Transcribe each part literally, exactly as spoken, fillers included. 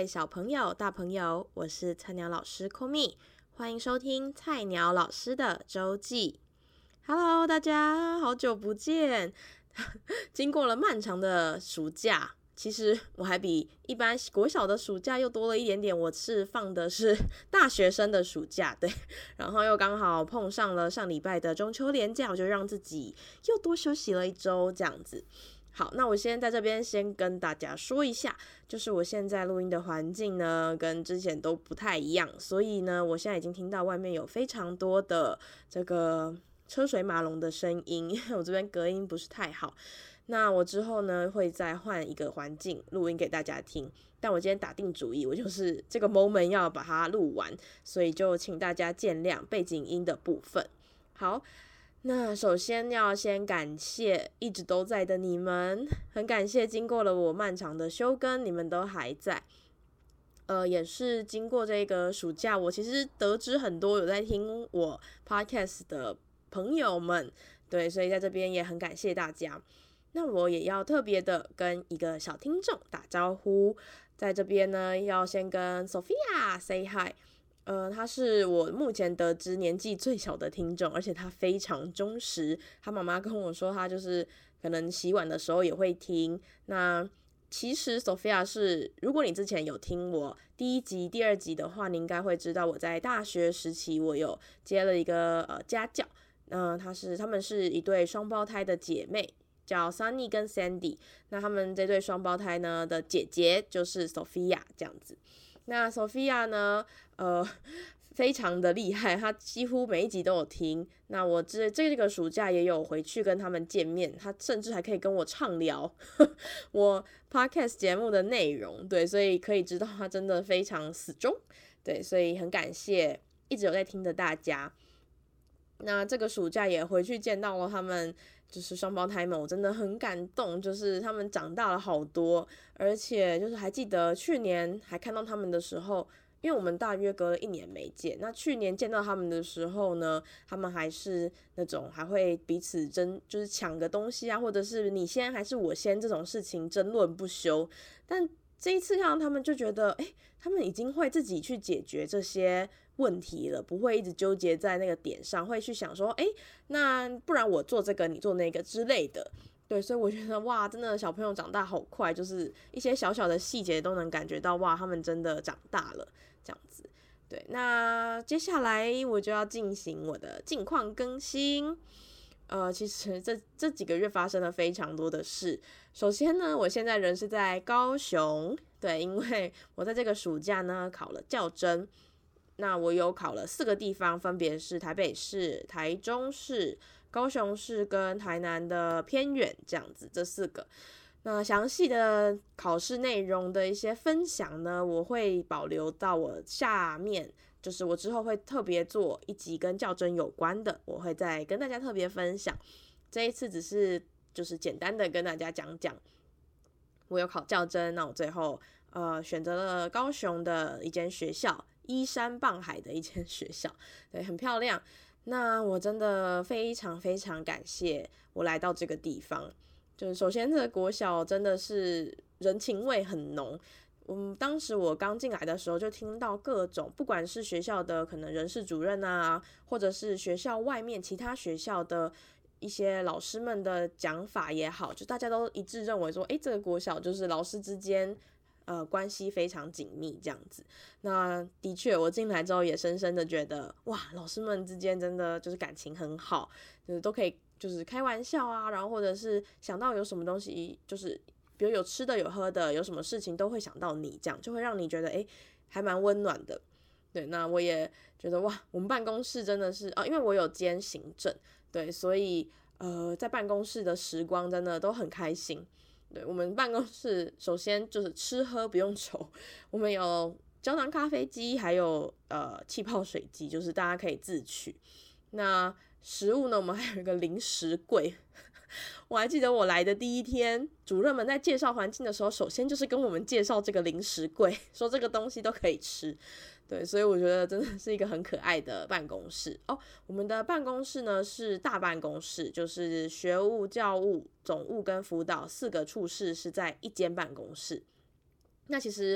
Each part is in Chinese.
位小朋友、大朋友，我是菜鸟老师 Komi， 欢迎收听菜鸟老师的周记。Hello， 大家好久不见！经过了漫长的暑假，其实我还比一般国小的暑假又多了一点点。我是放的是大学生的暑假，对，然后又刚好碰上了上礼拜的中秋连假，我就让自己又多休息了一周，这样子。好，那我先在这边先跟大家说一下，就是我现在录音的环境呢，跟之前都不太一样，所以呢，我现在已经听到外面有非常多的这个车水马龙的声音，因为我这边隔音不是太好。那我之后呢，会再换一个环境录音给大家听。但我今天打定主意，我就是这个 moment 要把它录完，所以就请大家见谅背景音的部分。好。那首先要先感谢一直都在的你们，很感谢经过了我漫长的休更，你们都还在。呃，也是经过这个暑假，我其实得知很多有在听我 podcast 的朋友们，对，所以在这边也很感谢大家。那我也要特别的跟一个小听众打招呼，在这边呢，要先跟 Sophia say hi。呃，他是我目前得知年纪最小的听众，而且他非常忠实。他妈妈跟我说，他就是可能洗碗的时候也会听。那其实 Sophia 是，如果你之前有听我第一集、第二集的话，你应该会知道我在大学时期我有接了一个呃家教。嗯、呃，他是他们是一对双胞胎的姐妹，叫 Sunny 跟 Sandy。那他们这对双胞胎呢的姐姐就是 Sophia 这样子。那 Sophia 呢，呃，非常的厉害，她几乎每一集都有听。那我这这个暑假也有回去跟他们见面，她甚至还可以跟我畅聊呵呵我 podcast 节目的内容，对，所以可以知道她真的非常死忠，对，所以很感谢一直有在听的大家。那这个暑假也回去见到了他们，就是双胞胎们，我真的很感动，就是他们长大了好多，而且就是还记得去年还看到他们的时候，因为我们大约隔了一年没见，那去年见到他们的时候呢，他们还是那种还会彼此争，就是抢个东西啊，或者是你先还是我先这种事情争论不休，但这一次看到他们就觉得，诶，他们已经会自己去解决这些问题了，不会一直纠结在那个点上，会去想说，诶，那不然我做这个，你做那个之类的。对，所以我觉得哇，真的小朋友长大好快，就是一些小小的细节都能感觉到哇，他们真的长大了这样子。对，那接下来我就要进行我的近况更新。呃，其实这这几个月发生了非常多的事。首先呢，我现在人是在高雄，对，因为我在这个暑假呢考了教甄。那我有考了四个地方，分别是台北市、台中市、高雄市跟台南的偏远这样子，这四个。那详细的考试内容的一些分享呢，我会保留到我下面，就是我之后会特别做一集跟教甄有关的，我会再跟大家特别分享。这一次只是就是简单的跟大家讲讲，我有考教甄，那我最后呃选择了高雄的一间学校，依山傍海的一间学校，对，很漂亮。那我真的非常非常感谢我来到这个地方。就是首先，这个国小真的是人情味很浓。嗯，当时我刚进来的时候，就听到各种，不管是学校的可能人事主任啊，或者是学校外面其他学校的一些老师们的讲法也好，就大家都一致认为说，诶，这个国小就是老师之间呃关系非常紧密这样子。那的确，我进来之后也深深的觉得，哇，老师们之间真的就是感情很好，就是都可以。就是开玩笑啊，然后或者是想到有什么东西，就是比如有吃的有喝的，有什么事情都会想到你，这样就会让你觉得诶还蛮温暖的。对，那我也觉得哇，我们办公室真的是啊，因为我有兼行政，对，所以呃在办公室的时光真的都很开心。对，我们办公室首先就是吃喝不用愁，我们有胶囊咖啡机，还有呃气泡水机，就是大家可以自取。那食物呢，我们还有一个零食柜。我还记得我来的第一天，主任们在介绍环境的时候，首先就是跟我们介绍这个零食柜，说这个东西都可以吃。对，所以我觉得真的是一个很可爱的办公室哦。我们的办公室呢是大办公室，就是学务、教务、总务跟辅导四个处室是在一间办公室。那其实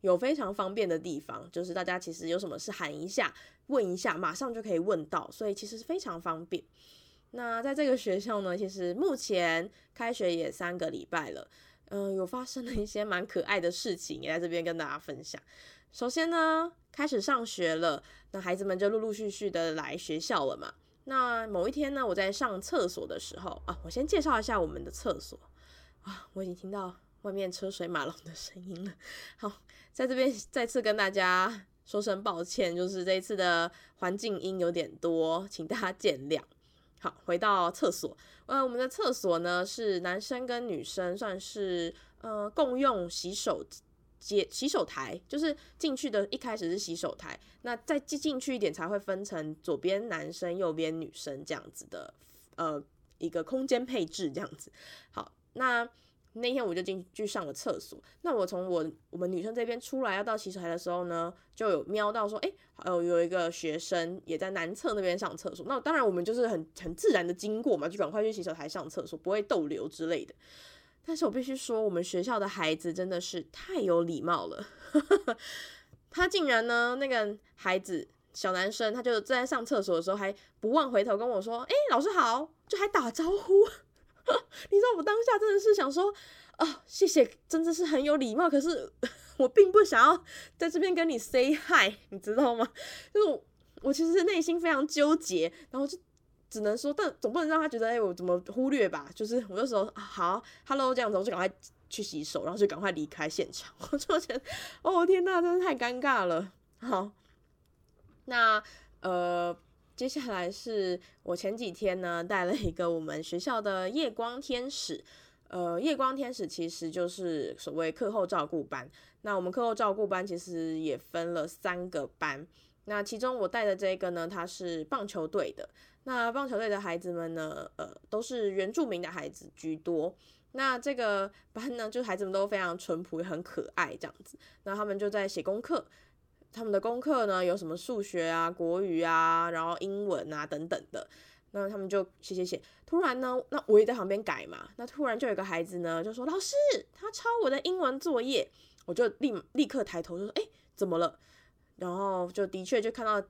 有非常方便的地方，就是大家其实有什么事喊一下问一下马上就可以问到，所以其实非常方便。那在这个学校呢，其实目前开学也三个礼拜了，嗯、呃，有发生了一些蛮可爱的事情，也在这边跟大家分享。首先呢，开始上学了，那孩子们就陆陆续续的来学校了嘛。那某一天呢，我在上厕所的时候啊，我先介绍一下我们的厕所啊，我已经听到外面车水马龙的声音了。好，在这边再次跟大家说声抱歉，就是这一次的环境音有点多，请大家见谅。好，回到厕所，呃，我们的厕所呢是男生跟女生算是呃共用洗手接洗手台，就是进去的一开始是洗手台，那再进去一点才会分成左边男生右边女生这样子的呃一个空间配置这样子。好，那那天我就进去上了厕所，那我从我我们女生这边出来要到洗手台的时候呢，就有瞄到说，哎、欸，呃，有一个学生也在男厕那边上厕所。那当然我们就是很很自然的经过嘛，就赶快去洗手台上厕所，不会逗留之类的。但是我必须说，我们学校的孩子真的是太有礼貌了。他竟然呢，那个孩子小男生，他就在上厕所的时候还不忘回头跟我说，哎、欸，老师好，就还打招呼。你知道我当下真的是想说，哦，谢谢，真的是很有礼貌。可是我并不想要在这边跟你 say hi， 你知道吗？就是我，我其实内心非常纠结，然后就只能说，但总不能让他觉得，哎、欸，我怎么忽略吧？就是我那时候好 ，hello 这样子，我就赶快去洗手，然后就赶快离开现场。我就觉得，哦天哪，真是太尴尬了。好，那呃。接下来是我前几天呢带了一个我们学校的夜光天使，呃，夜光天使其实就是所谓课后照顾班。那我们课后照顾班其实也分了三个班，那其中我带的这个呢，它是棒球队的。那棒球队的孩子们呢，呃，都是原住民的孩子居多。那这个班呢，就是孩子们都非常淳朴，也很可爱这样子。那他们就在写功课。他们的功课呢有什么数学啊、国语啊，然后英文啊等等的，那他们就写写写。突然呢，那我也在旁边改嘛，那突然就有一个孩子呢就说：“老师，他抄我的英文作业。”我就立立刻抬头就说：“哎、欸，怎么了？”然后就的确就看到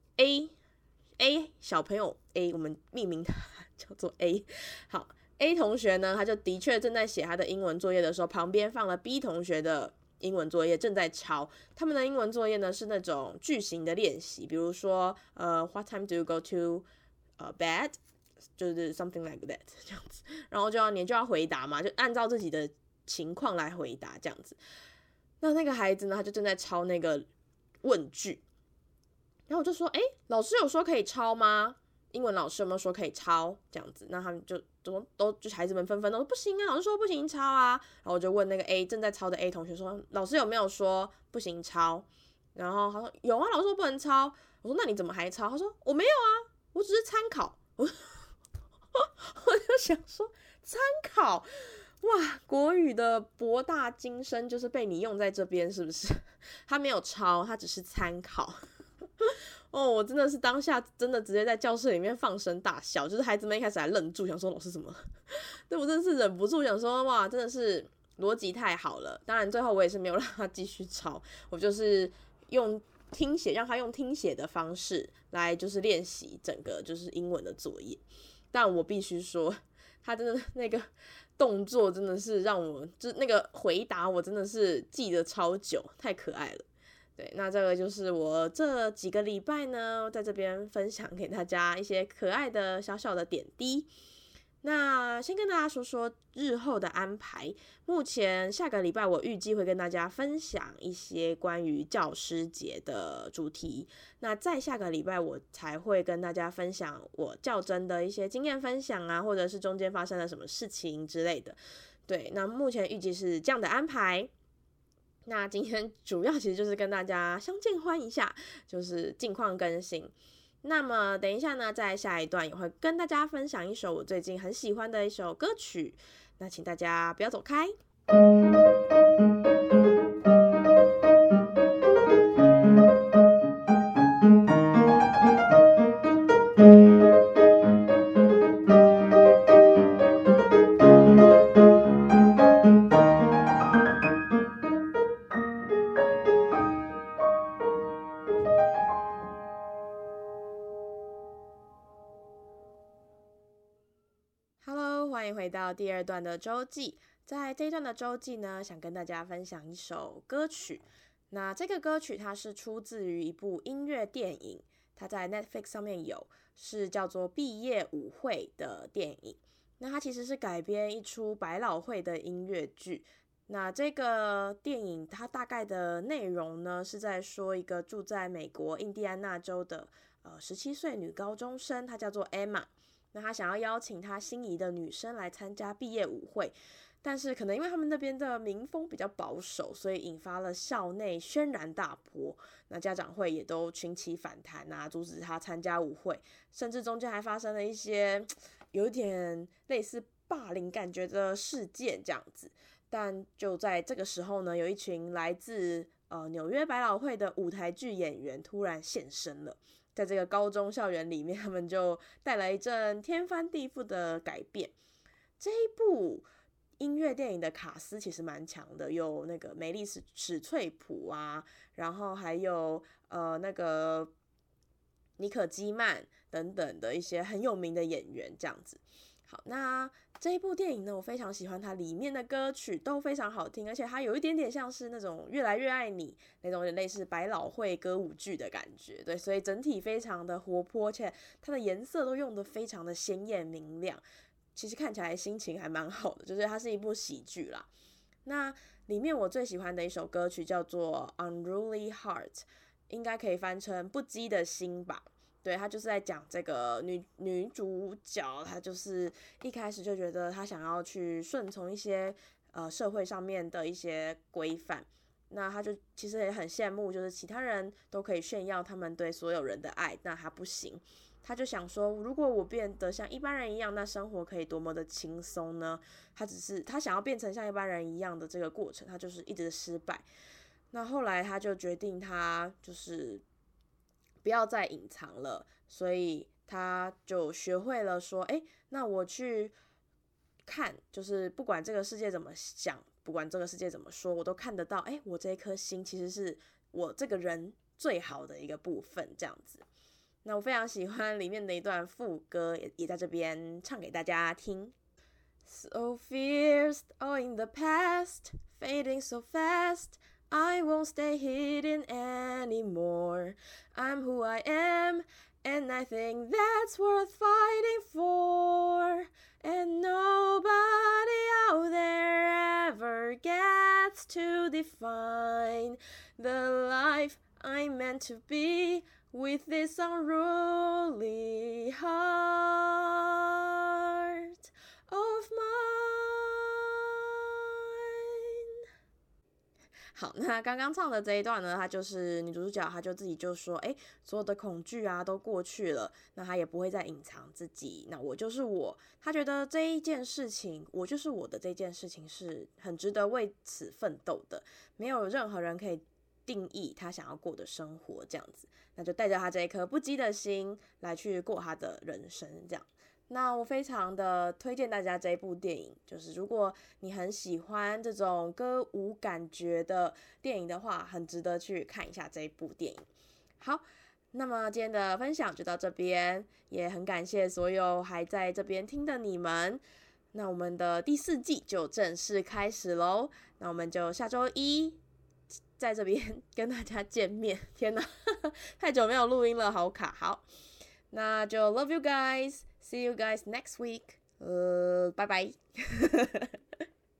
A A 小朋友 A， 我们命名他叫做 A。好 ，A 同学呢，他就的确正在写他的英文作业的时候，旁边放了 B 同学的英文作业正在抄。他们的英文作业呢是那种句型的练习，比如说呃 What time do you go to 呃 bed？ 就是 something like that 这样子，然后就要你就要回答嘛，就按照自己的情况来回答这样子。那那个孩子呢，他就正在抄那个问句，然后我就说，哎、欸，老师有说可以抄吗？英文老师有没有说可以抄？这样子，那他们就都都就孩子们纷纷都说不行啊，老师说不行抄啊。然后我就问那个 A 正在抄的 A 同学说，老师有没有说不行抄？然后他说有啊，老师说不能抄。我说那你怎么还抄？他说我没有啊，我只是参考。我我就想说参考，哇，国语的博大精深就是被你用在这边是不是？他没有抄，他只是参考。哦，我真的是当下真的直接在教室里面放声大笑，就是孩子们一开始还愣住，想说老师怎么了？对，我真的是忍不住想说，哇，真的是逻辑太好了。当然最后我也是没有让他继续抄，我就是用听写，让他用听写的方式来就是练习整个就是英文的作业。但我必须说，他真的那个动作真的是让我，就是那个回答我真的是记得超久，太可爱了。对，那这个就是我这几个礼拜呢，在这边分享给大家一些可爱的小小的点滴。那先跟大家说说日后的安排。目前下个礼拜我预计会跟大家分享一些关于教师节的主题。那再下个礼拜我才会跟大家分享我教甄的一些经验分享啊，或者是中间发生了什么事情之类的。对，那目前预计是这样的安排。那今天主要其实就是跟大家相见欢一下，就是近况更新。那么等一下呢，在下一段也会跟大家分享一首我最近很喜欢的一首歌曲，那请大家不要走开。 欢迎回到第二段的周记。在这一段的周记呢，想跟大家分享一首歌曲。那这个歌曲它是出自于一部音乐电影，它在 Netflix 上面有，是叫做《毕业舞会》的电影。那它其实是改编一出百老汇的音乐剧。那这个电影它大概的内容呢，是在说一个住在美国印第安纳州的呃十七岁女高中生，她叫做 Emma。那她想要邀请她心仪的女生来参加毕业舞会，但是可能因为他们那边的民风比较保守，所以引发了校内轩然大波。那家长会也都群起反弹啊，阻止她参加舞会，甚至中间还发生了一些有点类似霸凌感觉的事件这样子。但就在这个时候呢，有一群来自呃纽约百老汇的舞台剧演员突然现身了。在这个高中校园里面，他们就带来一阵天翻地覆的改变。这一部音乐电影的卡司其实蛮强的，有那个梅丽史史翠普啊，然后还有呃那个妮可基曼等等的一些很有名的演员这样子。好，那这一部电影呢，我非常喜欢它里面的歌曲都非常好听，而且它有一点点像是那种越来越爱你那种有点类似百老汇歌舞剧的感觉，对，所以整体非常的活泼，而且它的颜色都用得非常的鲜艳明亮，其实看起来心情还蛮好的，就是它是一部喜剧啦。那里面我最喜欢的一首歌曲叫做 Unruly Heart， 应该可以翻成不羁的心吧。对，他就是在讲这个女女主角，她就是一开始就觉得她想要去顺从一些呃社会上面的一些规范，那她就其实也很羡慕，就是其他人都可以炫耀他们对所有人的爱，那她不行。她就想说，如果我变得像一般人一样，那生活可以多么的轻松呢？她只是她想要变成像一般人一样的这个过程，她就是一直失败。那后来她就决定，她就是不要再隐藏了，所以他就学会了说，哎，那我去看，就是不管这个世界怎么想，不管这个世界怎么说，我都看得到，哎，我这一颗心其实是我这个人最好的一个部分，这样子。那我非常喜欢里面的一段副歌，也也在这边唱给大家听。So fierce, all in the past, fading so fast.I won't stay hidden anymore. I'm who I am, and I think that's worth fighting for. And nobody out there ever gets to define the life I'm meant to be with this unruly heart of mine.好，那刚刚唱的这一段呢，她就是女主角，她就自己就说，哎，所有的恐惧啊都过去了，那她也不会再隐藏自己，那我就是我。她觉得这一件事情，我就是我的这件事情是很值得为此奋斗的，没有任何人可以定义她想要过的生活，这样子，那就带着她这一颗不羁的心来去过她的人生，这样。那我非常的推荐大家这一部电影，就是如果你很喜欢这种歌舞感觉的电影的话，很值得去看一下这一部电影。好，那么今天的分享就到这边，也很感谢所有还在这边听的你们。那我们的第四季就正式开始咯，那我们就下周一在这边跟大家见面。天哪，太久没有录音了，好卡。好，那就 love you guys。See you guys next week. Uh, bye bye.